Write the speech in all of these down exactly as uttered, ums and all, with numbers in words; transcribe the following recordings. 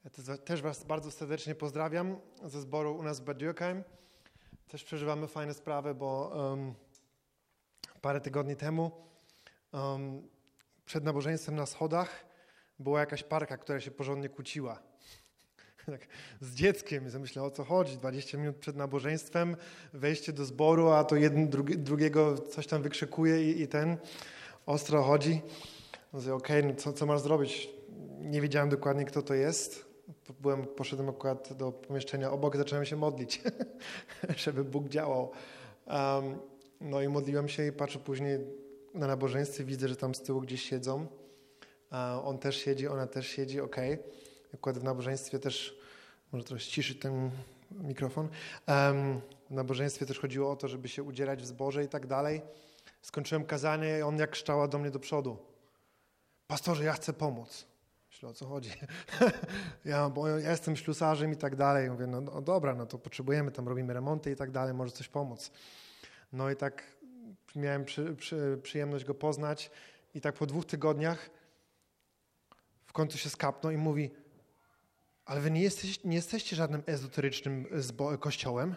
Ja też Was bardzo serdecznie pozdrawiam ze zboru u nas w Bad Dürkheim. Też przeżywamy fajne sprawy, bo um, parę tygodni temu um, przed nabożeństwem na schodach była jakaś parka, która się porządnie kłóciła. Tak, z dzieckiem. I myślę, o co chodzi? dwadzieścia minut przed nabożeństwem, wejście do zboru, a to jeden drugi, drugiego coś tam wykrzykuje i, i ten ostro chodzi. Mówię, okej, okay, no co, co masz zrobić? Nie wiedziałem dokładnie, kto to jest. Byłem, poszedłem akurat do pomieszczenia obok, zacząłem się modlić, żeby Bóg działał. Um, no i modliłem się i patrzę później na nabożeństwie, widzę, że tam z tyłu gdzieś siedzą. Um, on też siedzi, ona też siedzi, okej. Okay. Akurat w nabożeństwie też, może trochę ściszyć ten mikrofon, um, w nabożeństwie też chodziło o to, żeby się udzielać w zborze i tak dalej. Skończyłem kazanie i on jak krzyczała do mnie do przodu. Pastorze, ja chcę pomóc. Myślę, o co chodzi? ja, bo ja jestem ślusarzem i tak dalej. Mówię, no, no dobra, no to potrzebujemy, tam robimy remonty i tak dalej, może coś pomóc. No i tak miałem przy, przy, przyjemność go poznać i tak po dwóch tygodniach w końcu się skapnął i mówi, ale wy nie, jesteś, nie jesteście żadnym ezoterycznym zbo- kościołem?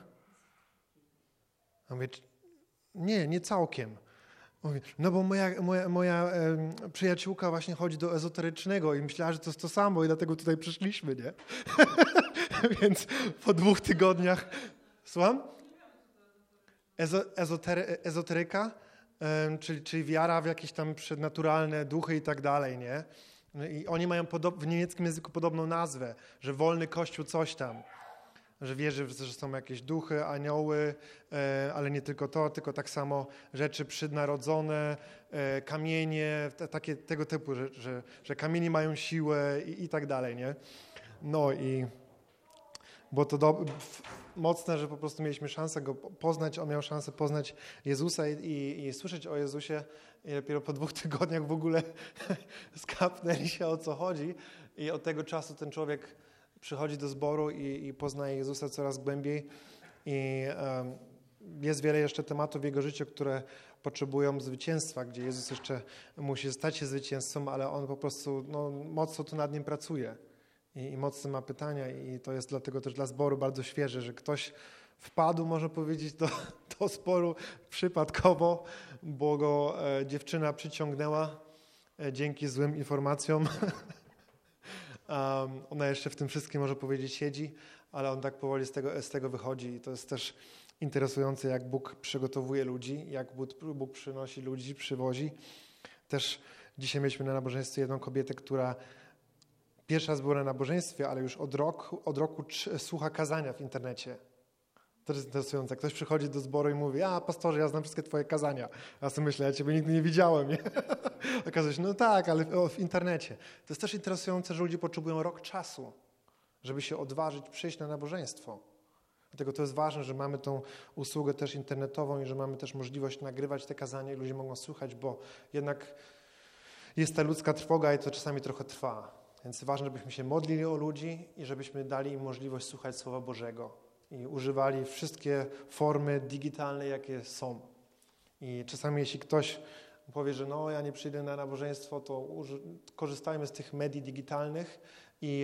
Ja mówię, nie, nie całkiem. Mówi, no bo moja, moja, moja e, przyjaciółka właśnie chodzi do ezoterycznego i myślała, że to jest to samo i dlatego tutaj przyszliśmy, nie? Więc po dwóch tygodniach, słucham? Ezo, ezotery, ezoteryka, e, czyli, czyli wiara w jakieś tam przednaturalne duchy i tak dalej, nie? No i oni mają podob, w niemieckim języku podobną nazwę, że wolny kościół coś tam. Że wierzy, że są jakieś duchy, anioły, e, ale nie tylko to, tylko tak samo rzeczy przydnarodzone, e, kamienie, t- takie tego typu, że, że, że kamienie mają siłę i, i tak dalej, nie? No i było to do, f, mocne, że po prostu mieliśmy szansę go poznać, on miał szansę poznać Jezusa i, i, i słyszeć o Jezusie i dopiero po dwóch tygodniach w ogóle skapnęli się, o co chodzi i od tego czasu ten człowiek przychodzi do zboru i, i poznaje Jezusa coraz głębiej i um, jest wiele jeszcze tematów w jego życiu, które potrzebują zwycięstwa, gdzie Jezus jeszcze musi stać się zwycięzcą, ale on po prostu no, mocno tu nad nim pracuje i, i mocno ma pytania i to jest dlatego też dla zboru bardzo świeże, że ktoś wpadł, można powiedzieć, do, do zboru przypadkowo, bo go e, dziewczyna przyciągnęła e, dzięki złym informacjom. Um, ona jeszcze w tym wszystkim, może powiedzieć, siedzi, ale on tak powoli z tego, z tego wychodzi i to jest też interesujące, jak Bóg przygotowuje ludzi, jak Bóg, Bóg przynosi ludzi, przywozi. Też dzisiaj mieliśmy na nabożeństwie jedną kobietę, która pierwsza raz była na nabożeństwie, ale już od roku, od roku słucha kazania w internecie. To jest interesujące. Ktoś przychodzi do zboru i mówi, a pastorze, ja znam wszystkie twoje kazania. A ja sobie myślę, ja ciebie nigdy nie widziałem. Nie? Okazuje się, no tak, ale w, w internecie. To jest też interesujące, że ludzie potrzebują rok czasu, żeby się odważyć przyjść na nabożeństwo. Dlatego to jest ważne, że mamy tą usługę też internetową i że mamy też możliwość nagrywać te kazania i ludzie mogą słuchać, bo jednak jest ta ludzka trwoga i to czasami trochę trwa. Więc ważne, żebyśmy się modlili o ludzi i żebyśmy dali im możliwość słuchać Słowa Bożego. I używali wszystkie formy digitalne, jakie są. I czasami jeśli ktoś powie, że no ja nie przyjdę na nabożeństwo, to uży- korzystajmy z tych medii digitalnych i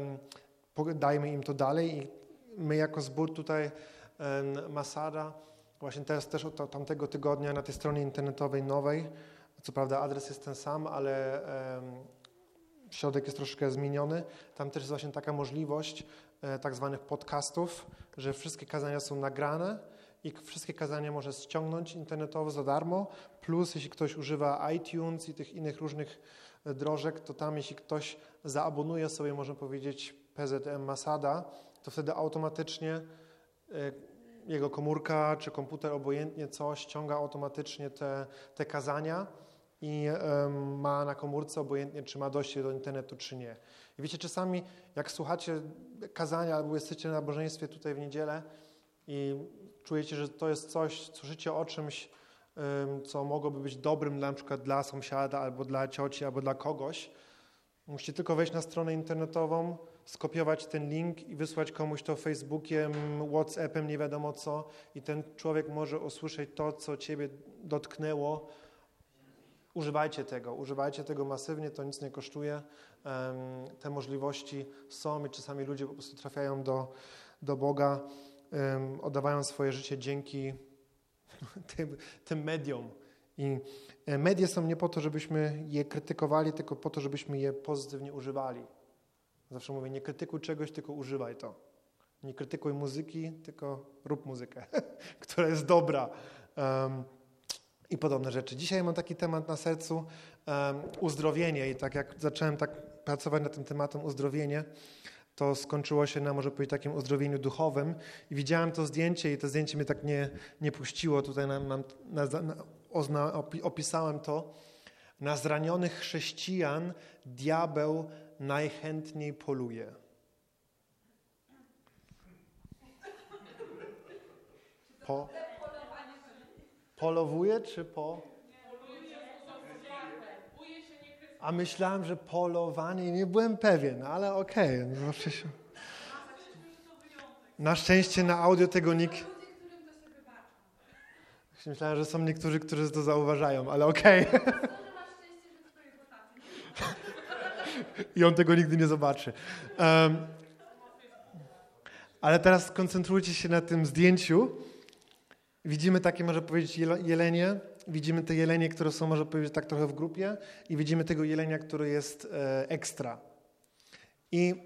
um, dajmy im to dalej. I my jako zbór tutaj um, Masada, właśnie teraz też od tamtego tygodnia na tej stronie internetowej nowej, co prawda adres jest ten sam, ale um, środek jest troszkę zmieniony. Tam też jest właśnie taka możliwość e, tak zwanych podcastów, że wszystkie kazania są nagrane i wszystkie kazania można ściągnąć internetowo za darmo, plus jeśli ktoś używa iTunes i tych innych różnych drożek, to tam jeśli ktoś zaabonuje sobie, można powiedzieć, P Z M Masada, to wtedy automatycznie e, jego komórka czy komputer, obojętnie co, ściąga automatycznie te, te kazania i um, ma na komórce, obojętnie czy ma dojście do internetu, czy nie. I wiecie, czasami jak słuchacie kazania albo jesteście na nabożeństwie tutaj w niedzielę i czujecie, że to jest coś, słyszycie o czymś, um, co mogłoby być dobrym na przykład dla sąsiada, albo dla cioci, albo dla kogoś, musicie tylko wejść na stronę internetową, skopiować ten link i wysłać komuś to Facebookiem, WhatsAppem, nie wiadomo co i ten człowiek może usłyszeć to, co ciebie dotknęło. Używajcie tego, używajcie tego masywnie, to nic nie kosztuje. te możliwości są i czasami ludzie po prostu trafiają do, do Boga, oddawają swoje życie dzięki tym, tym mediom. I media są nie po to, żebyśmy je krytykowali, tylko po to, żebyśmy je pozytywnie używali. Zawsze mówię, nie krytykuj czegoś, tylko używaj to. Nie krytykuj muzyki, tylko rób muzykę, która jest dobra. Um, I podobne rzeczy. Dzisiaj mam taki temat na sercu, um, uzdrowienie. I tak jak zacząłem tak pracować nad tym tematem uzdrowienie, to skończyło się na, może powiedzieć, takim uzdrowieniu duchowym. I widziałem to zdjęcie i to zdjęcie mnie tak nie, nie puściło. Tutaj nam, nam, na, na, ozna, opisałem to. Na zranionych chrześcijan diabeł najchętniej poluje. Po? Polowuje czy po? A myślałem, że polowanie, nie byłem pewien, ale okej. Okay. Zawsze się... Na szczęście na audio tego nikt... Myślałem, że są niektórzy, którzy to zauważają, ale okej. Okay. I on tego nigdy nie zobaczy. Um, ale teraz skoncentrujcie się na tym zdjęciu. Widzimy takie, może powiedzieć, jelenie. Widzimy te jelenie, które są, może powiedzieć, tak trochę w grupie. I widzimy tego jelenia, który jest e, ekstra. I,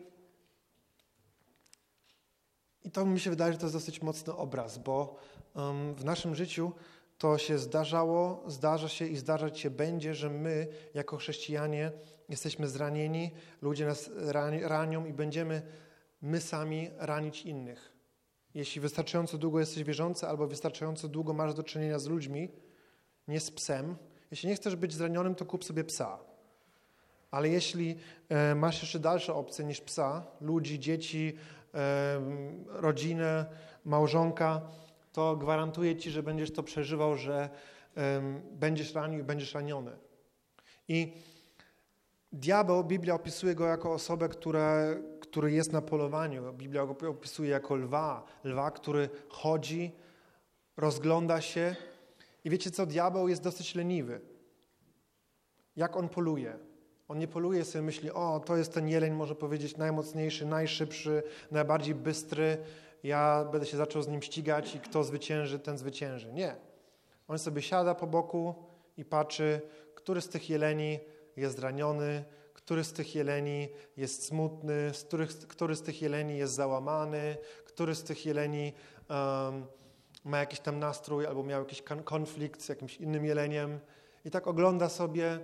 I to mi się wydaje, że to jest dosyć mocny obraz, bo um, w naszym życiu to się zdarzało, zdarza się i zdarzać się będzie, że my jako chrześcijanie jesteśmy zranieni, ludzie nas ranią i będziemy my sami ranić innych. Jeśli wystarczająco długo jesteś wierzący albo wystarczająco długo masz do czynienia z ludźmi, nie z psem. Jeśli nie chcesz być zranionym, to kup sobie psa. Ale jeśli e, masz jeszcze dalsze opcje niż psa, ludzi, dzieci, e, rodzinę, małżonka, to gwarantuję ci, że będziesz to przeżywał, że e, będziesz ranił i będziesz raniony. I diabeł, Biblia opisuje go jako osobę, która, który jest na polowaniu. Biblia go opisuje jako lwa. Lwa, który chodzi, rozgląda się. I wiecie co? Diabeł jest dosyć leniwy. Jak on poluje? On nie poluje sobie, myśli, o, to jest ten jeleń, może powiedzieć, najmocniejszy, najszybszy, najbardziej bystry. Ja będę się zaczął z nim ścigać i kto zwycięży, ten zwycięży. Nie. On sobie siada po boku i patrzy, który z tych jeleni jest zraniony, który z tych jeleni jest smutny, z których, który z tych jeleni jest załamany, który z tych jeleni um, ma jakiś tam nastrój albo miał jakiś konflikt z jakimś innym jeleniem. I tak ogląda sobie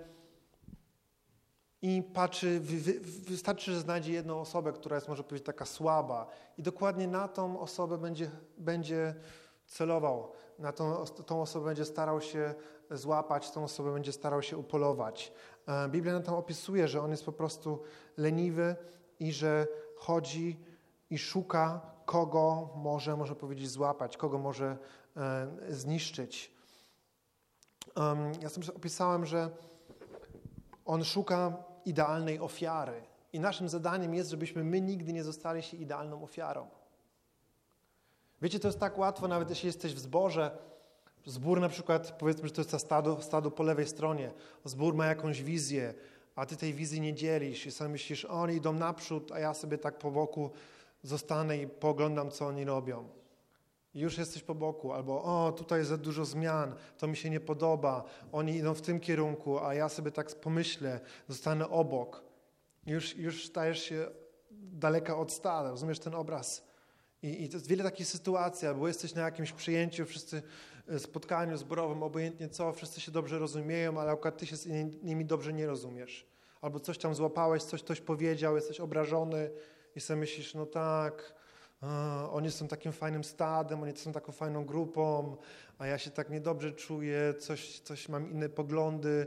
i patrzy, wy, wy, wystarczy, że znajdzie jedną osobę, która jest, może powiedzieć, taka słaba i dokładnie na tą osobę będzie, będzie celował, na tą, tą osobę będzie starał się złapać, tą osobę będzie starał się upolować. Biblia nam tam opisuje, że on jest po prostu leniwy i że chodzi i szuka, kogo może, może powiedzieć, złapać, kogo może e, zniszczyć. Um, ja sobie opisałem, że on szuka idealnej ofiary i naszym zadaniem jest, żebyśmy my nigdy nie zostali się idealną ofiarą. Wiecie, to jest tak łatwo, nawet jeśli jesteś w zborze, zbór na przykład, powiedzmy, że to jest stado, stado po lewej stronie, zbór ma jakąś wizję, a ty tej wizji nie dzielisz i sobie myślisz, oni idą naprzód, a ja sobie tak po boku zostanę i poglądam, co oni robią. I już jesteś po boku, albo o, tutaj jest za dużo zmian, to mi się nie podoba, oni idą w tym kierunku, a ja sobie tak pomyślę, zostanę obok. Już, już stajesz się daleka od stada, rozumiesz ten obraz? I, I to jest wiele takich sytuacji, albo jesteś na jakimś przyjęciu, wszyscy spotkaniu zborowym, obojętnie co, wszyscy się dobrze rozumieją, ale akurat ty się z nimi dobrze nie rozumiesz. Albo coś tam złapałeś, coś ktoś powiedział, jesteś obrażony i sobie myślisz, no tak, a, oni są takim fajnym stadem, oni są taką fajną grupą, a ja się tak niedobrze czuję, coś, coś mam inne poglądy.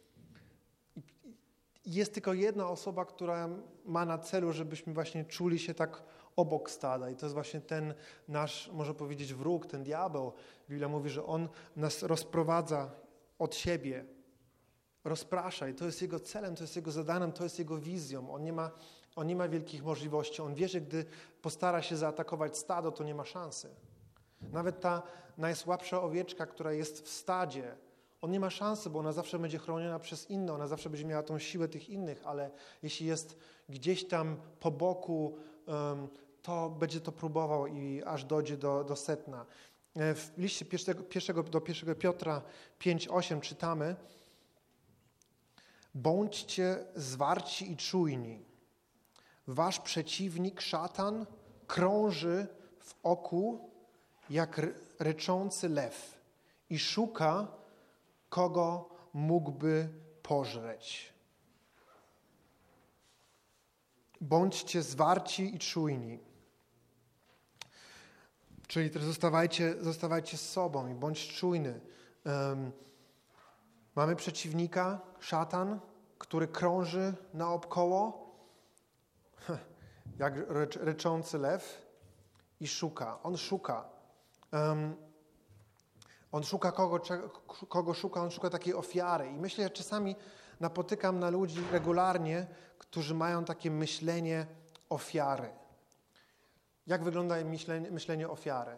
I jest tylko jedna osoba, która ma na celu, żebyśmy właśnie czuli się tak obok stada. I to jest właśnie ten nasz, można powiedzieć, wróg, ten diabeł. Biblia mówi, że on nas rozprowadza od siebie, rozprasza. I to jest jego celem, to jest jego zadaniem, to jest jego wizją. On nie ma, on nie ma wielkich możliwości. On wie, że gdy postara się zaatakować stado, to nie ma szansy. Nawet ta najsłabsza owieczka, która jest w stadzie, on nie ma szansy, bo ona zawsze będzie chroniona przez innych, ona zawsze będzie miała tą siłę tych innych, ale jeśli jest gdzieś tam po boku, um, to będzie to próbował i aż dojdzie do, do sedna. W liście pierwszego, pierwszego, do pierwszego Piotra pięć osiem czytamy: bądźcie zwarci i czujni. Wasz przeciwnik, szatan, krąży w oku jak ryczący lew i szuka, kogo mógłby pożreć. Bądźcie zwarci i czujni. Czyli też zostawajcie, zostawajcie z sobą i bądź czujny. Um, mamy przeciwnika, szatan, który krąży naokoło jak rycz, ryczący lew i szuka. On szuka. Um, on szuka kogo, kogo szuka? On szuka takiej ofiary. I myślę, że czasami napotykam na ludzi regularnie, którzy mają takie myślenie ofiary. Jak wygląda myślenie, myślenie ofiary?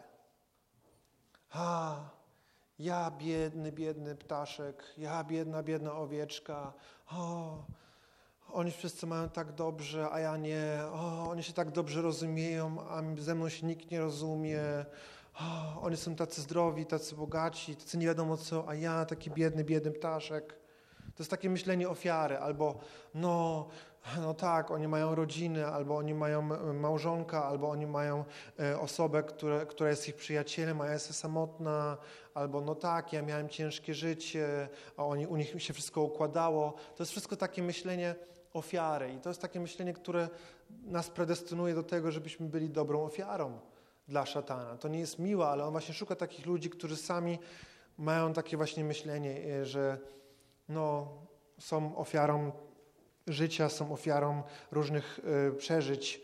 A, ja biedny, biedny ptaszek, ja biedna, biedna owieczka. O, oni wszyscy mają tak dobrze, a ja nie. O, oni się tak dobrze rozumieją, a ze mną się nikt nie rozumie. O, oni są tacy zdrowi, tacy bogaci, tacy nie wiadomo co, a ja taki biedny, biedny ptaszek. To jest takie myślenie ofiary, albo no, no tak, oni mają rodzinę, albo oni mają małżonka, albo oni mają e, osobę, które, która jest ich przyjacielem, a ja jestem samotna, albo no tak, ja miałem ciężkie życie, a oni, u nich się wszystko układało. To jest wszystko takie myślenie ofiary i to jest takie myślenie, które nas predestynuje do tego, żebyśmy byli dobrą ofiarą dla szatana. To nie jest miłe, ale on właśnie szuka takich ludzi, którzy sami mają takie właśnie myślenie, że no, są ofiarą życia, są ofiarą różnych y, przeżyć.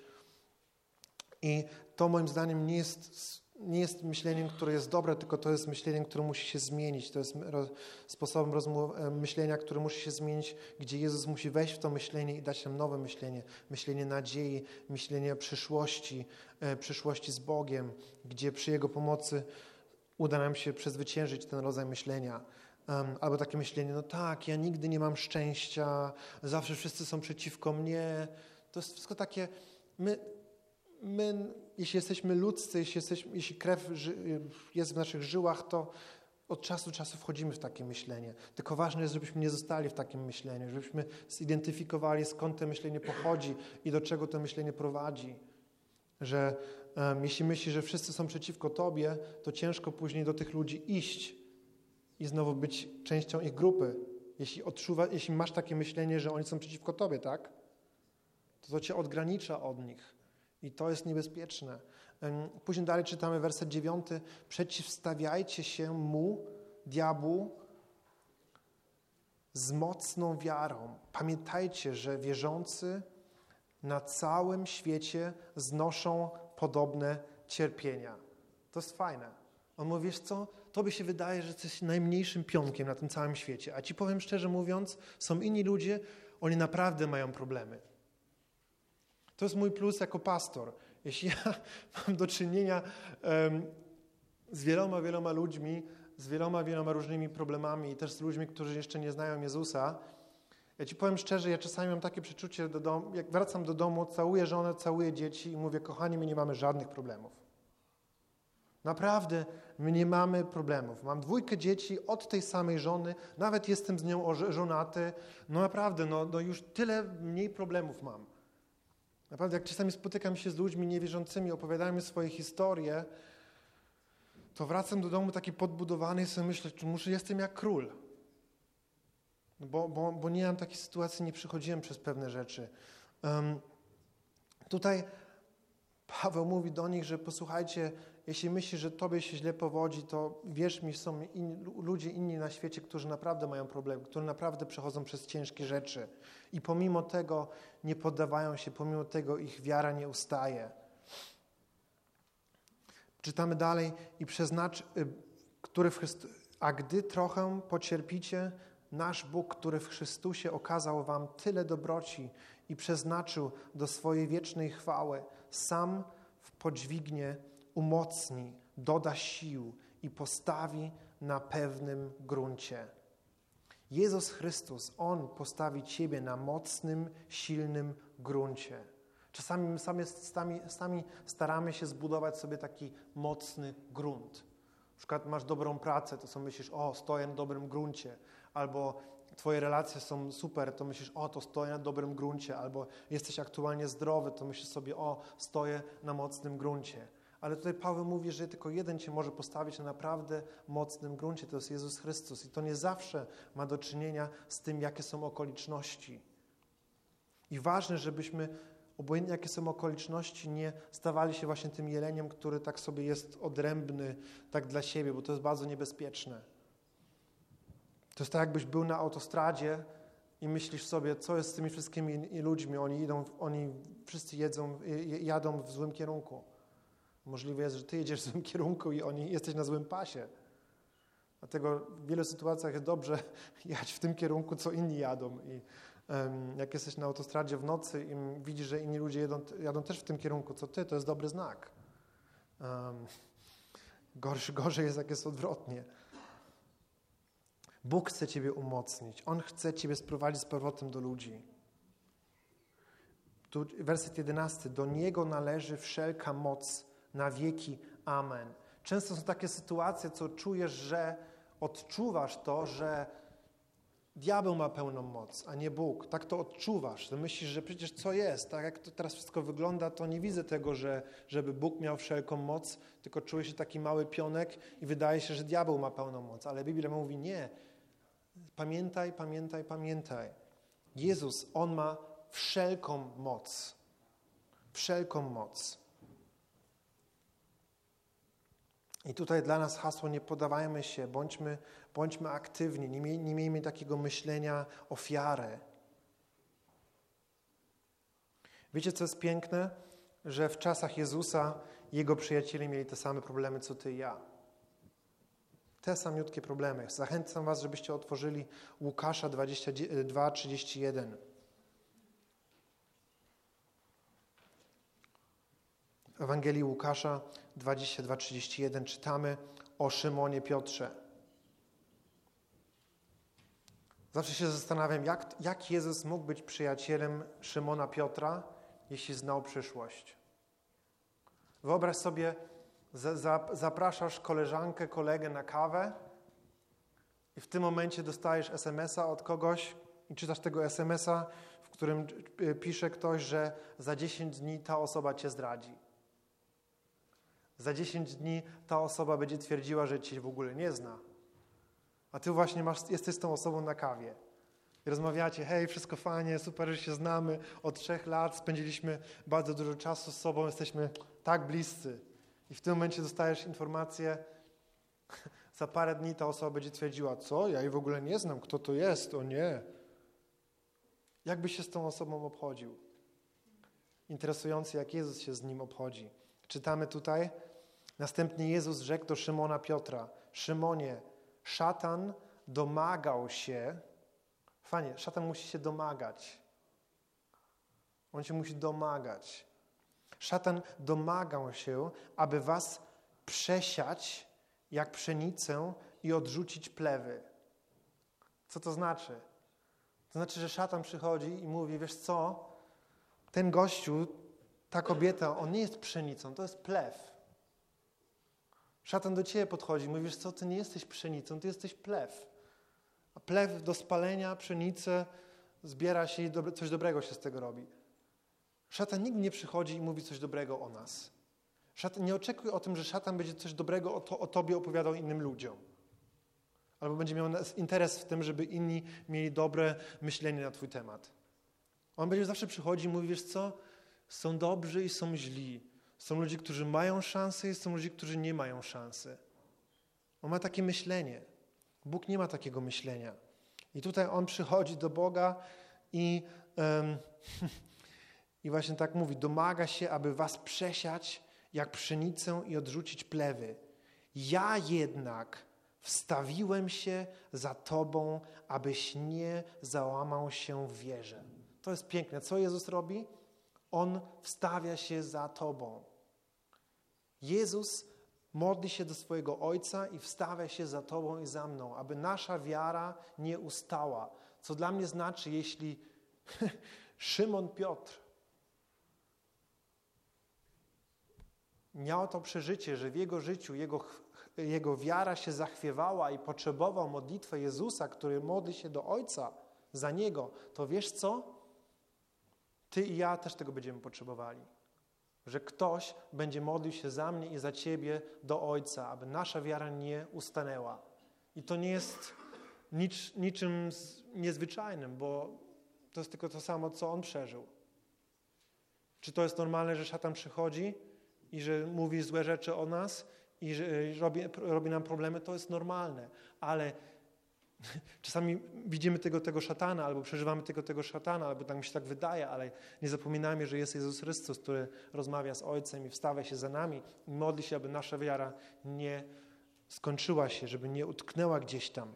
I to moim zdaniem nie jest, nie jest myśleniem, które jest dobre, tylko to jest myśleniem, które musi się zmienić. To jest roz, sposobem rozmów- myślenia, który musi się zmienić, gdzie Jezus musi wejść w to myślenie i dać nam nowe myślenie. Myślenie nadziei, myślenie przyszłości, y, przyszłości z Bogiem, gdzie przy Jego pomocy uda nam się przezwyciężyć ten rodzaj myślenia. Um, albo takie myślenie, no tak, ja nigdy nie mam szczęścia, zawsze wszyscy są przeciwko mnie. To jest wszystko takie, my, my jeśli jesteśmy ludzcy, jeśli, jesteśmy, jeśli krew ży, jest w naszych żyłach, to od czasu do czasu wchodzimy w takie myślenie. Tylko ważne jest, żebyśmy nie zostali w takim myśleniu, żebyśmy zidentyfikowali, skąd to myślenie pochodzi i do czego to myślenie prowadzi. Że um, jeśli myślisz, że wszyscy są przeciwko tobie, to ciężko później do tych ludzi iść i znowu być częścią ich grupy. Jeśli, odczuwa, jeśli masz takie myślenie, że oni są przeciwko tobie, tak? To to cię odgranicza od nich. I to jest niebezpieczne. Później dalej czytamy werset dziewiąty. Przeciwstawiajcie się mu, diabłu, z mocną wiarą. Pamiętajcie, że wierzący na całym świecie znoszą podobne cierpienia. To jest fajne. On mówi, wiesz co, tobie się wydaje, że jesteś najmniejszym pionkiem na tym całym świecie. A ci powiem szczerze mówiąc, są inni ludzie, oni naprawdę mają problemy. To jest mój plus jako pastor. Jeśli ja mam do czynienia um, z wieloma, wieloma ludźmi, z wieloma, wieloma różnymi problemami i też z ludźmi, którzy jeszcze nie znają Jezusa, ja ci powiem szczerze, ja czasami mam takie przeczucie, do domu, jak wracam do domu, całuję żonę, całuję dzieci i mówię, kochani, my nie mamy żadnych problemów. Naprawdę, my nie mamy problemów. Mam dwójkę dzieci od tej samej żony, nawet jestem z nią żonaty. No naprawdę, no, no już tyle mniej problemów mam. Naprawdę, jak czasami spotykam się z ludźmi niewierzącymi, opowiadają mi swoje historie, to wracam do domu taki podbudowany i sobie myślę, czy muszę, jestem jak król. No bo, bo, bo nie mam takiej sytuacji, nie przychodziłem przez pewne rzeczy. Um, tutaj Paweł mówi do nich, że posłuchajcie, jeśli myślisz, że tobie się źle powodzi, to wierz mi, są inni, ludzie inni na świecie, którzy naprawdę mają problemy, którzy naprawdę przechodzą przez ciężkie rzeczy. I pomimo tego nie poddawają się, pomimo tego ich wiara nie ustaje. Czytamy dalej i przeznacz, który w Chrystu... a gdy trochę pocierpicie, nasz Bóg, który w Chrystusie okazał wam tyle dobroci i przeznaczył do swojej wiecznej chwały, sam w podźwignie umocni, doda sił i postawi na pewnym gruncie. Jezus Chrystus, On postawi ciebie na mocnym, silnym gruncie. Czasami my sami, sami, sami staramy się zbudować sobie taki mocny grunt. Na przykład masz dobrą pracę, to sobie myślisz, o, stoję na dobrym gruncie. Albo twoje relacje są super, to myślisz, o, to stoję na dobrym gruncie. Albo jesteś aktualnie zdrowy, to myślisz sobie, o, stoję na mocnym gruncie. Ale tutaj Paweł mówi, że tylko jeden cię może postawić na naprawdę mocnym gruncie. To jest Jezus Chrystus. I to nie zawsze ma do czynienia z tym, jakie są okoliczności. I ważne, żebyśmy, obojętnie jakie są okoliczności, nie stawali się właśnie tym jeleniem, który tak sobie jest odrębny, tak dla siebie, bo to jest bardzo niebezpieczne. To jest tak, jakbyś był na autostradzie i myślisz sobie, co jest z tymi wszystkimi ludźmi. Oni idą, oni wszyscy jedzą, jadą w złym kierunku. Możliwe jest, że ty jedziesz w złym kierunku i oni jesteś na złym pasie. Dlatego w wielu sytuacjach jest dobrze jechać w tym kierunku, co inni jadą. I um, jak jesteś na autostradzie w nocy i widzisz, że inni ludzie jadą, jadą też w tym kierunku, co ty, to jest dobry znak. Um, gorszy, gorzej jest, jak jest odwrotnie. Bóg chce ciebie umocnić. On chce ciebie sprowadzić z powrotem do ludzi. Tu werset jedenasty. Do Niego należy wszelka moc na wieki. Amen. Często są takie sytuacje, co czujesz, że odczuwasz to, że diabeł ma pełną moc, a nie Bóg. Tak to odczuwasz. To myślisz, że przecież co jest? Tak jak to teraz wszystko wygląda, to nie widzę tego, że, żeby Bóg miał wszelką moc, tylko czuję się taki mały pionek i wydaje się, że diabeł ma pełną moc. Ale Biblia mówi nie. Pamiętaj, pamiętaj, pamiętaj. Jezus, On ma wszelką moc. Wszelką moc. I tutaj dla nas hasło nie poddawajmy się, bądźmy, bądźmy aktywni, nie, miej, nie miejmy takiego myślenia ofiary. Wiecie, co jest piękne? Że w czasach Jezusa Jego przyjaciele mieli te same problemy, co ty i ja. Te samiutkie problemy. Zachęcam was, żebyście otworzyli Łukasza dwadzieścia dwa, trzydzieści jeden. W Ewangelii Łukasza dwadzieścia dwa, trzydzieści jeden czytamy o Szymonie Piotrze. Zawsze się zastanawiam, jak, jak Jezus mógł być przyjacielem Szymona Piotra, jeśli znał przyszłość. Wyobraź sobie, za, za, zapraszasz koleżankę, kolegę na kawę i w tym momencie dostajesz es em es a od kogoś i czytasz tego es em es a, w którym pisze ktoś, że za dziesięć dni ta osoba cię zdradzi. Za dziesięć dni ta osoba będzie twierdziła, że cię w ogóle nie zna. A ty właśnie masz, jesteś z tą osobą na kawie. I rozmawiacie, hej, wszystko fajnie, super, że się znamy. Od trzech lat spędziliśmy bardzo dużo czasu z sobą, jesteśmy tak bliscy. I w tym momencie dostajesz informację, za parę dni ta osoba będzie twierdziła, co? Ja jej w ogóle nie znam, kto to jest? O nie. Jak byś się z tą osobą obchodził? Interesujące, jak Jezus się z nim obchodzi. Czytamy tutaj, następnie Jezus rzekł do Szymona Piotra, Szymonie, szatan domagał się, fajnie, szatan musi się domagać. On się musi domagać. Szatan domagał się, aby was przesiać jak pszenicę i odrzucić plewy. Co to znaczy? To znaczy, że szatan przychodzi i mówi, wiesz co, ten gościu, ta kobieta, on nie jest pszenicą, to jest plew. Szatan do ciebie podchodzi i mówi, wiesz co, ty nie jesteś pszenicą, ty jesteś plew. A plew do spalenia, pszenicę zbiera się i dobre, coś dobrego się z tego robi. Szatan nigdy nie przychodzi i mówi coś dobrego o nas. Szatan, nie oczekuj o tym, że szatan będzie coś dobrego o, to, o tobie opowiadał innym ludziom. Albo będzie miał interes w tym, żeby inni mieli dobre myślenie na twój temat. On będzie zawsze przychodzi i mówi, wiesz co, są dobrzy i są źli. Są ludzie, którzy mają szansę i są ludzie, którzy nie mają szansy. On ma takie myślenie. Bóg nie ma takiego myślenia. I tutaj on przychodzi do Boga i, um, i właśnie tak mówi, domaga się, aby was przesiać jak pszenicę i odrzucić plewy. Ja jednak wstawiłem się za tobą, abyś nie załamał się w wierze. To jest piękne. Co Jezus robi? On wstawia się za tobą. Jezus modli się do swojego Ojca i wstawia się za Tobą i za mną, aby nasza wiara nie ustała. Co dla mnie znaczy, jeśli Szymon Piotr miał to przeżycie, że w jego życiu jego, jego wiara się zachwiewała i potrzebował modlitwę Jezusa, który modli się do Ojca za niego, to wiesz co? Ty i ja też tego będziemy potrzebowali. Że ktoś będzie modlił się za mnie i za Ciebie do Ojca, aby nasza wiara nie ustanęła. I to nie jest nic, niczym niezwyczajnym, bo to jest tylko to samo, co On przeżył. Czy to jest normalne, że szatan przychodzi i że mówi złe rzeczy o nas i że robi, robi nam problemy? To jest normalne, ale czasami widzimy tego, tego szatana, albo przeżywamy tego, tego szatana, albo tak mi się tak wydaje, ale nie zapominajmy, że jest Jezus Chrystus, który rozmawia z Ojcem i wstawia się za nami i modli się, aby nasza wiara nie skończyła się, żeby nie utknęła gdzieś tam.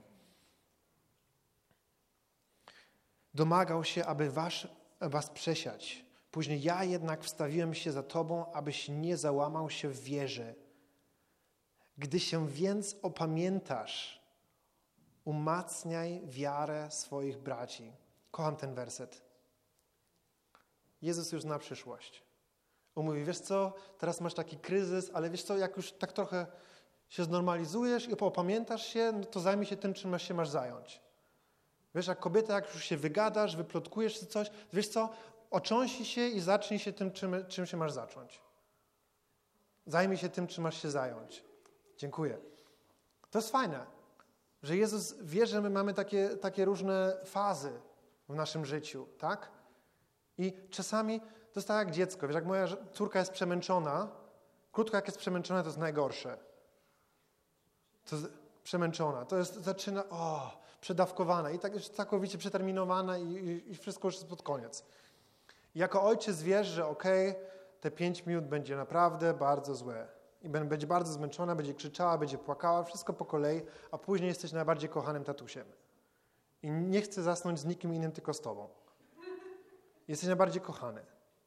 Domagał się, aby was, was przesiać. Później ja jednak wstawiłem się za Tobą, abyś nie załamał się w wierze. Gdy się więc opamiętasz, umacniaj wiarę swoich braci. Kocham ten werset. Jezus już zna przyszłość. On mówi, wiesz co, teraz masz taki kryzys, ale wiesz co, jak już tak trochę się znormalizujesz i opamiętasz się, no to zajmij się tym, czym się masz zająć. Wiesz, jak kobieta, jak już się wygadasz, wyplotkujesz coś, wiesz co, ocząsi się i zacznij się tym, czym, czym się masz zacząć. Zajmij się tym, czym masz się zająć. Dziękuję. To jest fajne, że Jezus wie, że my mamy takie, takie różne fazy w naszym życiu, tak? I czasami to jest tak jak dziecko. Wiesz, jak moja córka jest przemęczona, krótko jak jest przemęczona, to jest najgorsze. To jest przemęczona. To jest, zaczyna, o, przedawkowana i tak już całkowicie przeterminowana i, i, i wszystko już jest pod koniec. I jako ojciec wiesz, że okej, okay, te pięć minut będzie naprawdę bardzo złe. I będzie bardzo zmęczona, będzie krzyczała, będzie płakała, wszystko po kolei, a później jesteś najbardziej kochanym tatusiem. I nie chce zasnąć z nikim innym, tylko z Tobą. Jesteś najbardziej kochany.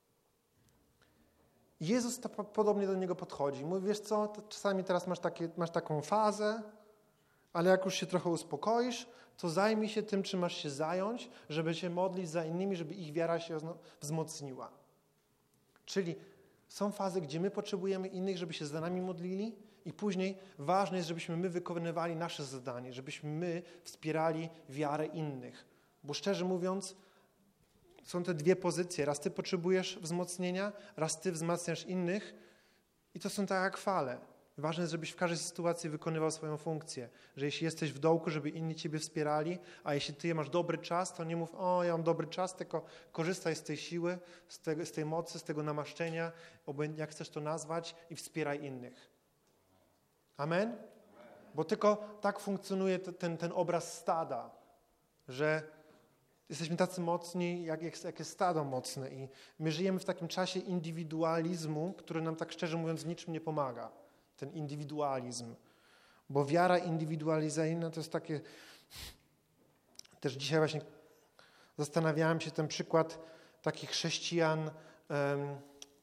I Jezus to podobnie do niego podchodzi. Mówi, wiesz co, to czasami teraz masz, takie, masz taką fazę, ale jak już się trochę uspokoisz, to zajmij się tym, czym masz się zająć, żeby się modlić za innymi, żeby ich wiara się wzmocniła. Czyli są fazy, gdzie my potrzebujemy innych, żeby się za nami modlili i później ważne jest, żebyśmy my wykonywali nasze zadanie, żebyśmy my wspierali wiarę innych. Bo szczerze mówiąc, są te dwie pozycje. Raz ty potrzebujesz wzmocnienia, raz ty wzmacniasz innych i to są tak jak fale. Ważne jest, żebyś w każdej sytuacji wykonywał swoją funkcję. Że jeśli jesteś w dołku, żeby inni ciebie wspierali, a jeśli ty masz dobry czas, to nie mów, o ja mam dobry czas, tylko korzystaj z tej siły, z, tego, z tej mocy, z tego namaszczenia, jak chcesz to nazwać i wspieraj innych. Amen? Bo tylko tak funkcjonuje ten, ten obraz stada, że jesteśmy tacy mocni, jak jest, jak jest stado mocne i my żyjemy w takim czasie indywidualizmu, który nam tak szczerze mówiąc niczym nie pomaga. Ten indywidualizm. Bo wiara indywidualizacyjna to jest takie... Też dzisiaj właśnie zastanawiałem się ten przykład takich chrześcijan, um,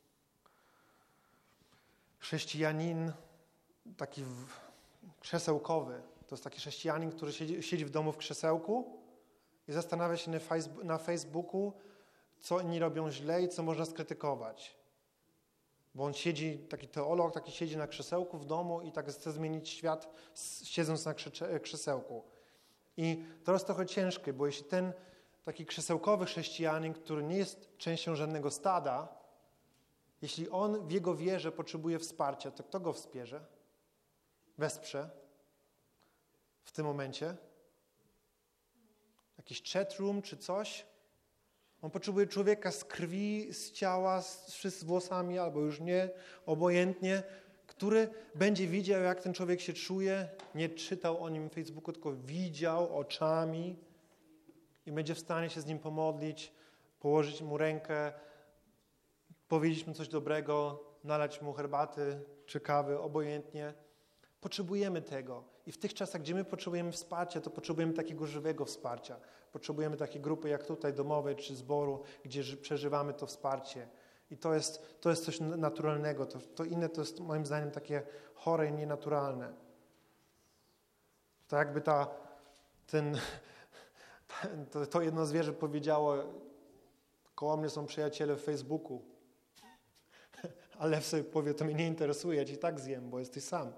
chrześcijanin taki w, krzesełkowy. To jest taki chrześcijanin, który siedzi, siedzi w domu w krzesełku i zastanawia się na, Facebook, na Facebooku, co inni robią źle i co można skrytykować. Bo on siedzi, taki teolog, taki siedzi na krzesełku w domu i tak chce zmienić świat, siedząc na krzesełku. I to jest trochę ciężkie, bo jeśli ten taki krzesełkowy chrześcijanin, który nie jest częścią żadnego stada, jeśli on w jego wierze potrzebuje wsparcia, to kto go wspierze? Wesprze w tym momencie? Jakiś chatroom czy coś? On potrzebuje człowieka z krwi, z ciała, z, z włosami, albo już nie, obojętnie, który będzie widział, jak ten człowiek się czuje, nie czytał o nim na Facebooku, tylko widział oczami i będzie w stanie się z nim pomodlić, położyć mu rękę, powiedzieć mu coś dobrego, nalać mu herbaty czy kawy, obojętnie. Potrzebujemy tego. I w tych czasach, gdzie my potrzebujemy wsparcia, to potrzebujemy takiego żywego wsparcia. Potrzebujemy takiej grupy jak tutaj, domowej czy zboru, gdzie przeżywamy to wsparcie. I to jest, to jest coś naturalnego. To, to inne to jest moim zdaniem takie chore i nienaturalne. To jakby ta, ten, to, to jedno zwierzę powiedziało, koło mnie są przyjaciele w Facebooku. A lew sobie powie, to mnie nie interesuje, ja ci tak zjem, bo jesteś sam.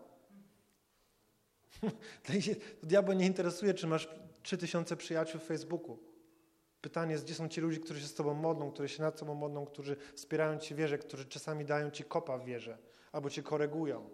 To diabła nie interesuje, czy masz trzy tysiące przyjaciół w Facebooku. Pytanie jest, gdzie są ci ludzie, którzy się z tobą modlą, którzy się nad tobą modlą, którzy wspierają ci wierze, którzy czasami dają ci kopa w wierze, albo cię korygują.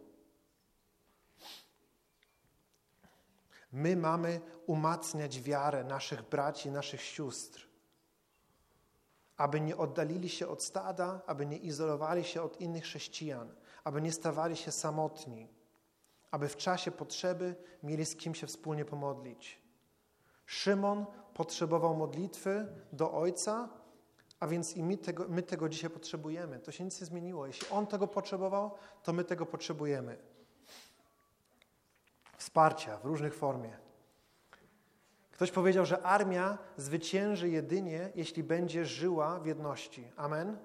My mamy umacniać wiarę naszych braci, naszych sióstr, aby nie oddalili się od stada, aby nie izolowali się od innych chrześcijan, aby nie stawali się samotni, aby w czasie potrzeby mieli z kim się wspólnie pomodlić. Szymon potrzebował modlitwy do Ojca, a więc i my tego, my tego dzisiaj potrzebujemy. To się nic nie zmieniło. Jeśli on tego potrzebował, to my tego potrzebujemy. Wsparcia w różnych formie. Ktoś powiedział, że armia zwycięży jedynie, jeśli będzie żyła w jedności. Amen?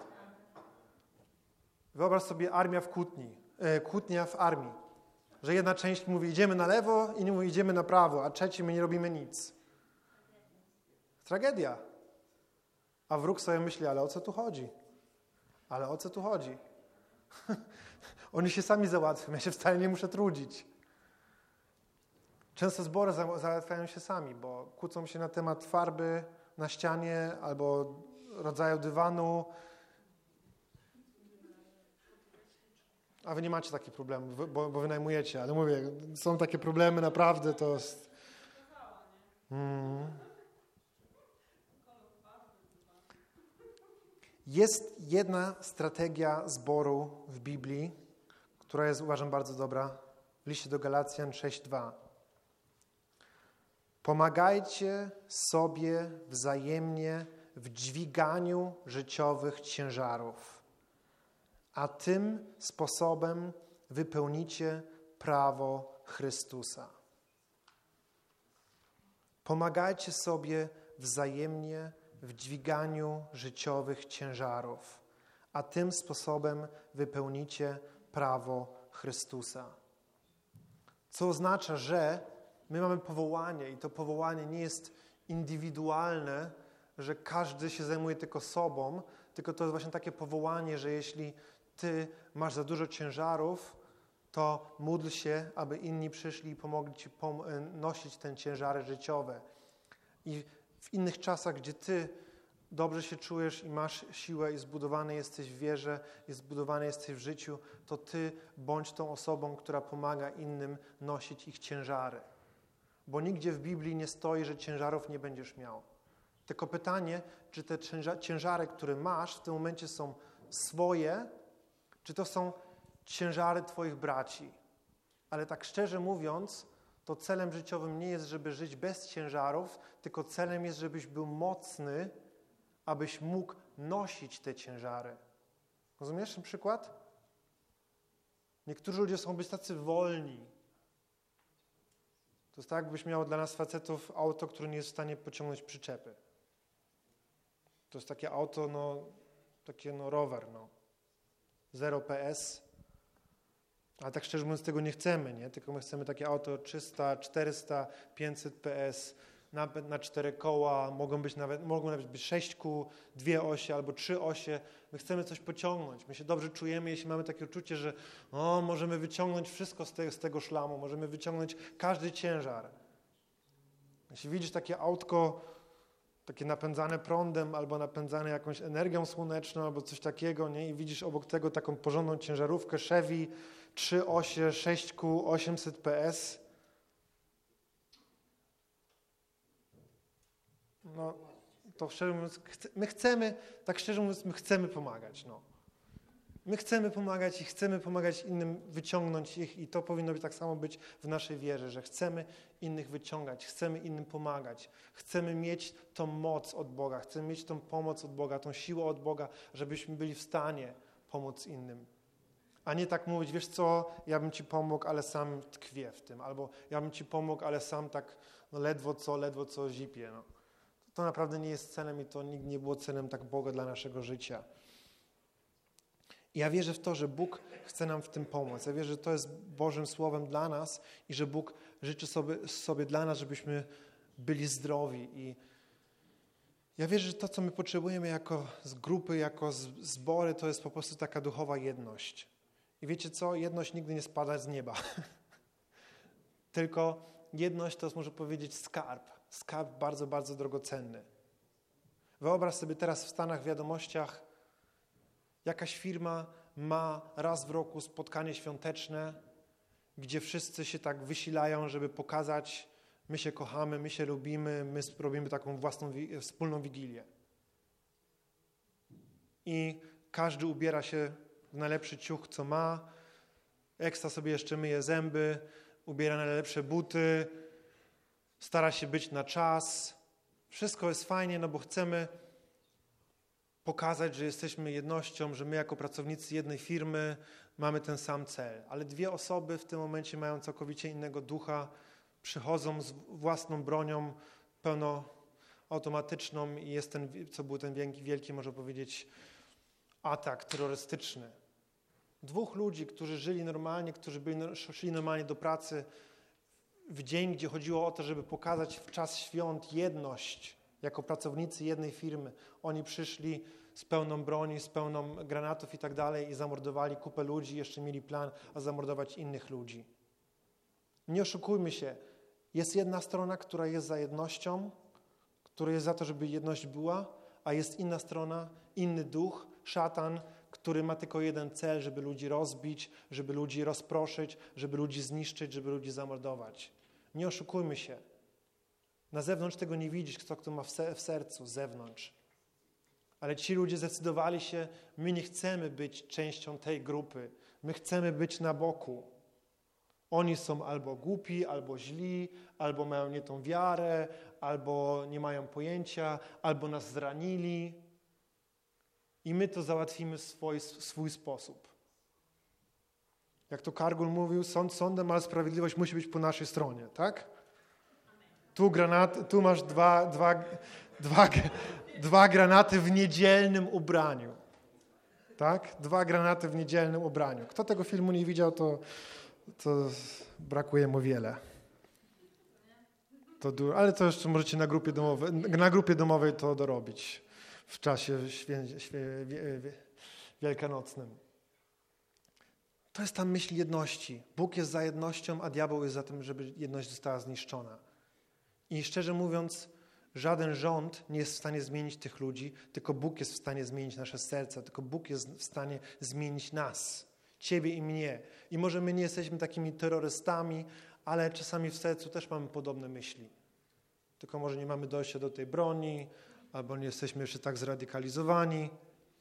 Wyobraź sobie armia w kłótni, e, kłótnia w armii. Że jedna część mówi, idziemy na lewo, inni mówi, idziemy na prawo, a trzeci, my nie robimy nic. Tragedia. A wróg sobie myśli, ale o co tu chodzi? Ale o co tu chodzi? Oni się sami załatwią, ja się wcale nie muszę trudzić. Często zbory załatwiają się sami, bo kłócą się na temat farby na ścianie albo rodzaju dywanu. A wy nie macie takich problemów, bo, bo wynajmujecie, ale mówię, są takie problemy naprawdę, to jest... Hmm. Jest jedna strategia zboru w Biblii, która jest, uważam, bardzo dobra, w liście do Galacjan sześć dwa. Pomagajcie sobie wzajemnie w dźwiganiu życiowych ciężarów, a tym sposobem wypełnicie prawo Chrystusa. Pomagajcie sobie wzajemnie w dźwiganiu życiowych ciężarów, a tym sposobem wypełnicie prawo Chrystusa. Co oznacza, że my mamy powołanie i to powołanie nie jest indywidualne, że każdy się zajmuje tylko sobą, tylko to jest właśnie takie powołanie, że jeśli ty masz za dużo ciężarów, to módl się, aby inni przyszli i pomogli ci pom- nosić te ciężary życiowe. I w innych czasach, gdzie ty dobrze się czujesz i masz siłę i zbudowany jesteś w wierze i zbudowany jesteś w życiu, to ty bądź tą osobą, która pomaga innym nosić ich ciężary. Bo nigdzie w Biblii nie stoi, że ciężarów nie będziesz miał. Tylko pytanie, czy te ciężary, które masz w tym momencie są swoje, czy to są ciężary twoich braci. Ale tak szczerze mówiąc, to celem życiowym nie jest, żeby żyć bez ciężarów, tylko celem jest, żebyś był mocny, abyś mógł nosić te ciężary. Rozumiesz ten przykład? Niektórzy ludzie są być tacy wolni. To jest tak, jakbyś miał dla nas facetów auto, które nie jest w stanie pociągnąć przyczepy. To jest takie auto, no, takie no rower, no. zero P S. Ale tak szczerze mówiąc tego nie chcemy, nie? Tylko my chcemy takie auto trzysta, czterysta, pięćset P S, na, na cztery koła, mogą być nawet, mogą nawet być sześć kół, dwie osie albo trzy osie. My chcemy coś pociągnąć. My się dobrze czujemy, jeśli mamy takie uczucie, że o, możemy wyciągnąć wszystko z, te, z tego szlamu, możemy wyciągnąć każdy ciężar. Jeśli widzisz takie autko, takie napędzane prądem albo napędzane jakąś energią słoneczną albo coś takiego, nie? I widzisz obok tego taką porządną ciężarówkę Chevy, trzy osie, sześć kół, osiemset P S. No, to szczerze mówiąc, my chcemy, tak szczerze mówiąc, my chcemy pomagać, no. My chcemy pomagać i chcemy pomagać innym wyciągnąć ich i to powinno być tak samo być w naszej wierze, że chcemy innych wyciągać, chcemy innym pomagać, chcemy mieć tą moc od Boga, chcemy mieć tą pomoc od Boga, tą siłę od Boga, żebyśmy byli w stanie pomóc innym. A nie tak mówić, wiesz co, ja bym ci pomógł, ale sam tkwię w tym, albo ja bym ci pomógł, ale sam tak no ledwo co, ledwo co zipię. No. To naprawdę nie jest celem i to nigdy nie było celem tak Boga dla naszego życia. I ja wierzę w to, że Bóg chce nam w tym pomóc. Ja wierzę, że to jest Bożym Słowem dla nas i że Bóg życzy sobie, sobie dla nas, żebyśmy byli zdrowi. I ja wierzę, że to, co my potrzebujemy jako z grupy, jako z, zbory, to jest po prostu taka duchowa jedność. I wiecie co? Jedność nigdy nie spada z nieba. Tylko jedność to jest, można powiedzieć, skarb. Skarb bardzo, bardzo drogocenny. Wyobraź sobie teraz w Stanach w wiadomościach, jakaś firma ma raz w roku spotkanie świąteczne, gdzie wszyscy się tak wysilają, żeby pokazać, my się kochamy, my się lubimy, my robimy taką własną, wspólną wigilię. I każdy ubiera się w najlepszy ciuch, co ma, ekstra sobie jeszcze myje zęby, ubiera najlepsze buty, stara się być na czas. Wszystko jest fajnie, no bo chcemy pokazać, że jesteśmy jednością, że my jako pracownicy jednej firmy mamy ten sam cel. Ale dwie osoby w tym momencie mają całkowicie innego ducha, przychodzą z własną bronią pełnoautomatyczną i jest ten, co był ten wielki, wielki, można powiedzieć, atak terrorystyczny. Dwóch ludzi, którzy żyli normalnie, którzy byli, szli normalnie do pracy w dzień, gdzie chodziło o to, żeby pokazać w czas świąt jedność jako pracownicy jednej firmy. Oni przyszli z pełną broni, z pełną granatów i tak dalej i zamordowali kupę ludzi, jeszcze mieli plan, a zamordować innych ludzi. Nie oszukujmy się, jest jedna strona, która jest za jednością, która jest za to, żeby jedność była, a jest inna strona, inny duch, szatan, który ma tylko jeden cel, żeby ludzi rozbić, żeby ludzi rozproszyć, żeby ludzi zniszczyć, żeby ludzi zamordować. Nie oszukujmy się. Na zewnątrz tego nie widzisz, kto kto ma w sercu, z zewnątrz. Ale ci ludzie zdecydowali się, my nie chcemy być częścią tej grupy. My chcemy być na boku. Oni są albo głupi, albo źli, albo mają nie tą wiarę, albo nie mają pojęcia, albo nas zranili. I my to załatwimy w swój, swój sposób. Jak to Kargul mówił, sąd sądem, ale sprawiedliwość musi być po naszej stronie, tak? Tu, granat, tu masz dwa, dwa, dwa, dwa granaty w niedzielnym ubraniu. Tak? Dwa granaty w niedzielnym ubraniu. Kto tego filmu nie widział, to, to brakuje mu wiele. To du- ale to jeszcze możecie na grupie domowej, na grupie domowej to dorobić w czasie świę, świe, wie, wie, wielkanocnym. To jest ta myśl jedności. Bóg jest za jednością, a diabeł jest za tym, żeby jedność została zniszczona. I szczerze mówiąc, żaden rząd nie jest w stanie zmienić tych ludzi, tylko Bóg jest w stanie zmienić nasze serca, tylko Bóg jest w stanie zmienić nas, ciebie i mnie. I może my nie jesteśmy takimi terrorystami, ale czasami w sercu też mamy podobne myśli. Tylko może nie mamy dojścia do tej broni, albo nie jesteśmy jeszcze tak zradykalizowani.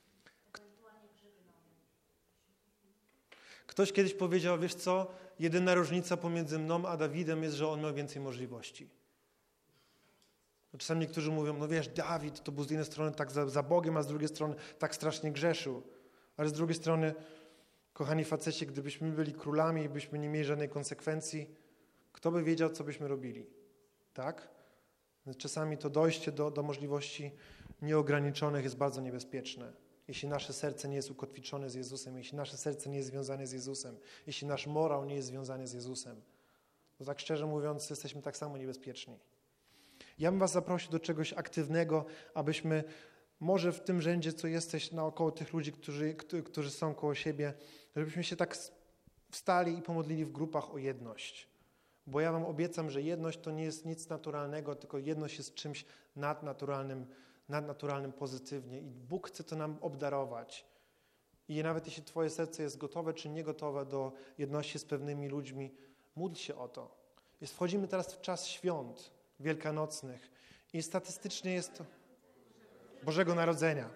Ktoś kiedyś powiedział, wiesz co, jedyna różnica pomiędzy mną a Dawidem jest, że on miał więcej możliwości. Czasami niektórzy mówią, no wiesz, Dawid to był z jednej strony tak za, za Bogiem, a z drugiej strony tak strasznie grzeszył. Ale z drugiej strony, kochani faceci, gdybyśmy byli królami i byśmy nie mieli żadnej konsekwencji, kto by wiedział, co byśmy robili? Tak? Więc czasami to dojście do, do możliwości nieograniczonych jest bardzo niebezpieczne. Jeśli nasze serce nie jest ukotwiczone z Jezusem, jeśli nasze serce nie jest związane z Jezusem, jeśli nasz morał nie jest związany z Jezusem, to tak szczerze mówiąc jesteśmy tak samo niebezpieczni. Ja bym was zaprosił do czegoś aktywnego, abyśmy może w tym rzędzie, co jesteś naokoło tych ludzi, którzy, którzy są koło siebie, żebyśmy się tak wstali i pomodlili w grupach o jedność. Bo ja wam obiecam, że jedność to nie jest nic naturalnego, tylko jedność jest czymś nadnaturalnym, nadnaturalnym pozytywnie. I Bóg chce to nam obdarować. I nawet jeśli twoje serce jest gotowe czy niegotowe do jedności z pewnymi ludźmi, módl się o to. Jest, wchodzimy teraz w czas świąt wielkanocnych i statystycznie jest to Bożego Narodzenia.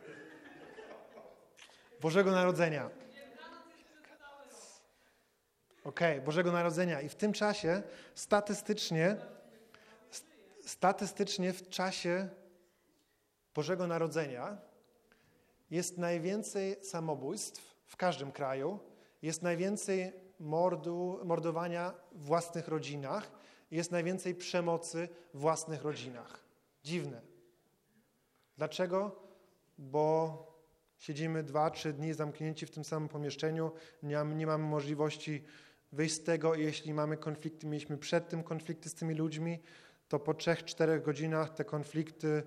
Bożego Narodzenia. Okej, okay, Bożego Narodzenia. I w tym czasie statystycznie, statystycznie w czasie Bożego Narodzenia jest najwięcej samobójstw w każdym kraju, jest najwięcej mordu, mordowania w własnych rodzinach, jest najwięcej przemocy w własnych rodzinach. Dziwne. Dlaczego? Bo Siedzimy dwa, trzy dni zamknięci w tym samym pomieszczeniu, nie, mam, nie mamy możliwości wyjść z tego. Jeśli mamy konflikty, mieliśmy przed tym konflikty z tymi ludźmi, to po trzech, czterech godzinach te konflikty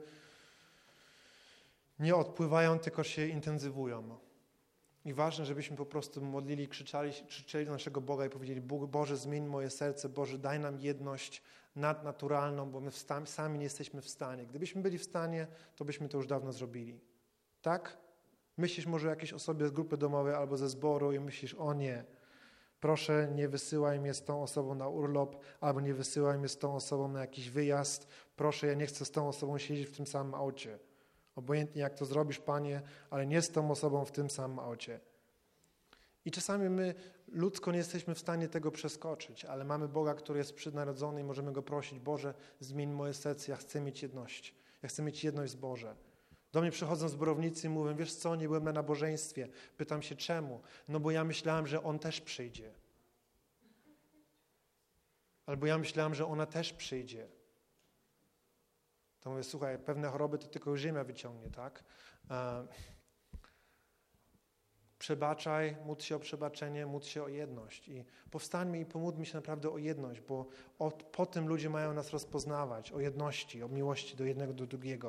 nie odpływają, tylko się intensywują. I ważne, żebyśmy po prostu modlili, krzyczeli, krzyczeli do naszego Boga i powiedzieli: Boże, zmień moje serce, Boże, daj nam jedność nadnaturalną, bo my wsta- sami nie jesteśmy w stanie. Gdybyśmy byli w stanie, to byśmy to już dawno zrobili. Tak? Myślisz może o jakiejś osobie z grupy domowej albo ze zboru i myślisz: o nie, proszę, nie wysyłaj mnie z tą osobą na urlop, albo nie wysyłaj mnie z tą osobą na jakiś wyjazd. Proszę, ja nie chcę z tą osobą siedzieć w tym samym aucie. Obojętnie jak to zrobisz, Panie, ale nie z tą osobą w tym samym aucie. I czasami my ludzko nie jesteśmy w stanie tego przeskoczyć, ale mamy Boga, który jest przynarodzony i możemy Go prosić: Boże, zmień moje serce, ja chcę mieć jedność. Ja chcę mieć jedność z Boże. Do mnie przychodzą zborownicy i mówią: wiesz co, nie byłem na nabożeństwie. Pytam się czemu? No bo ja myślałem, że On też przyjdzie. Albo ja myślałem, że ona też przyjdzie. To mówię: słuchaj, pewne choroby to tylko ziemia wyciągnie, tak? E, przebaczaj, módl się o przebaczenie, módl się o jedność. I powstańmy i pomódlmy się naprawdę o jedność, bo od, po tym ludzie mają nas rozpoznawać, o jedności, o miłości do jednego do drugiego.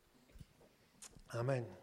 Amen.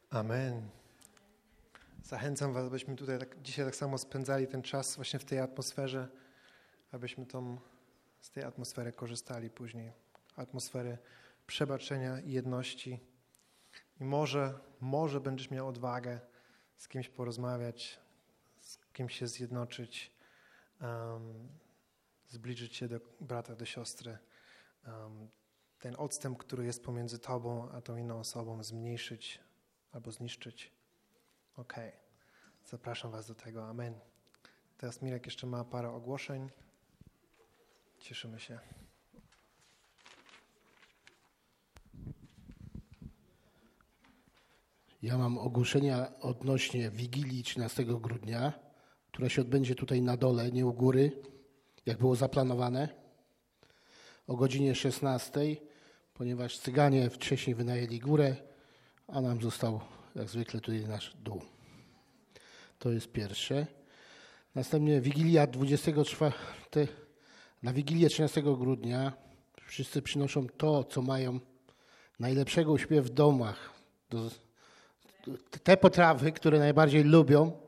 Amen. Zachęcam was, abyśmy tutaj tak, dzisiaj tak samo spędzali ten czas właśnie w tej atmosferze, abyśmy tą, z tej atmosfery korzystali później. Atmosfery przebaczenia i jedności. I może, może będziesz miał odwagę z kimś porozmawiać, z kimś się zjednoczyć, um, zbliżyć się do brata, do siostry. Um, ten odstęp, który jest pomiędzy tobą a tą inną osobą, zmniejszyć albo zniszczyć. Okej. Okay. Zapraszam was do tego. Amen. Teraz Mirek jeszcze ma parę ogłoszeń. Cieszymy się. Ja mam ogłoszenia odnośnie Wigilii trzynastego grudnia, która się odbędzie tutaj na dole, nie u góry, jak było zaplanowane, o godzinie szesnastej, ponieważ Cyganie wcześniej wynajęli górę, a nam został jak zwykle tutaj nasz dół. To jest pierwsze. Następnie Wigilia dwudziestego czwartego, na Wigilię trzynastego grudnia wszyscy przynoszą to, co mają najlepszego u siebie w domach. Do, te potrawy, które najbardziej lubią,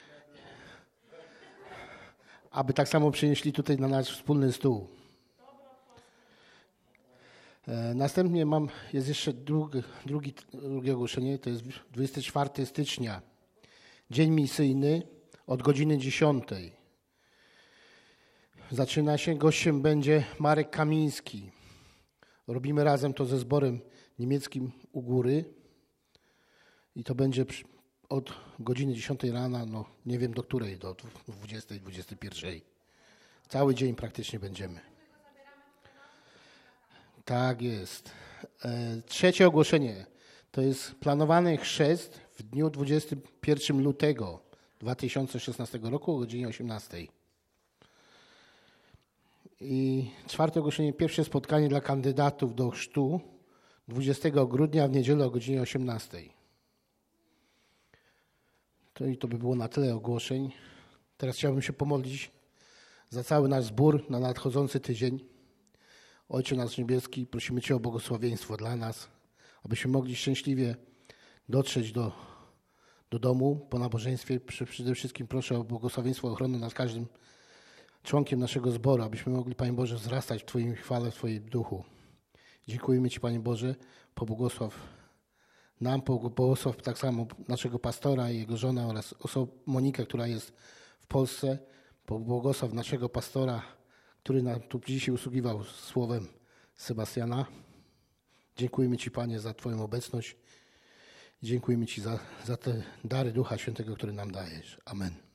aby tak samo przynieśli tutaj na nasz wspólny stół. Następnie mam, jest jeszcze drugi, drugi, drugie ogłoszenie, to jest dwudziestego czwartego stycznia, dzień misyjny od godziny dziesiątej. Zaczyna się, gościem będzie Marek Kamiński. Robimy razem to ze zborem niemieckim u góry i to będzie od godziny dziesiątej rana, no nie wiem do której, do dwudziestej, dwudziestej pierwszej. Cały dzień praktycznie będziemy. Tak jest. Trzecie ogłoszenie to jest planowany chrzest w dniu dwudziestego pierwszego lutego dwa tysiące szesnastego roku o godzinie osiemnastej. I czwarte ogłoszenie, pierwsze spotkanie dla kandydatów do chrztu dwudziestego grudnia w niedzielę o godzinie osiemnastej. To i to by było na tyle ogłoszeń. Teraz chciałbym się pomodlić za cały nasz zbór na nadchodzący tydzień. Ojcze nasz niebieski, prosimy Cię o błogosławieństwo dla nas, abyśmy mogli szczęśliwie dotrzeć do, do domu po nabożeństwie. Przede wszystkim proszę o błogosławieństwo ochronne nad każdym członkiem naszego zboru, abyśmy mogli, Panie Boże, wzrastać w Twoim chwale, w Twoim duchu. Dziękujemy Ci, Panie Boże, pobłogosław nam, pobłogosław tak samo naszego pastora i jego żonę oraz osobę Monikę, która jest w Polsce. Pobłogosław naszego pastora, który nam tu dzisiaj usługiwał słowem Sebastiana. Dziękujemy Ci, Panie, za Twoją obecność. Dziękujemy Ci za, za te dary Ducha Świętego, które nam dajesz. Amen.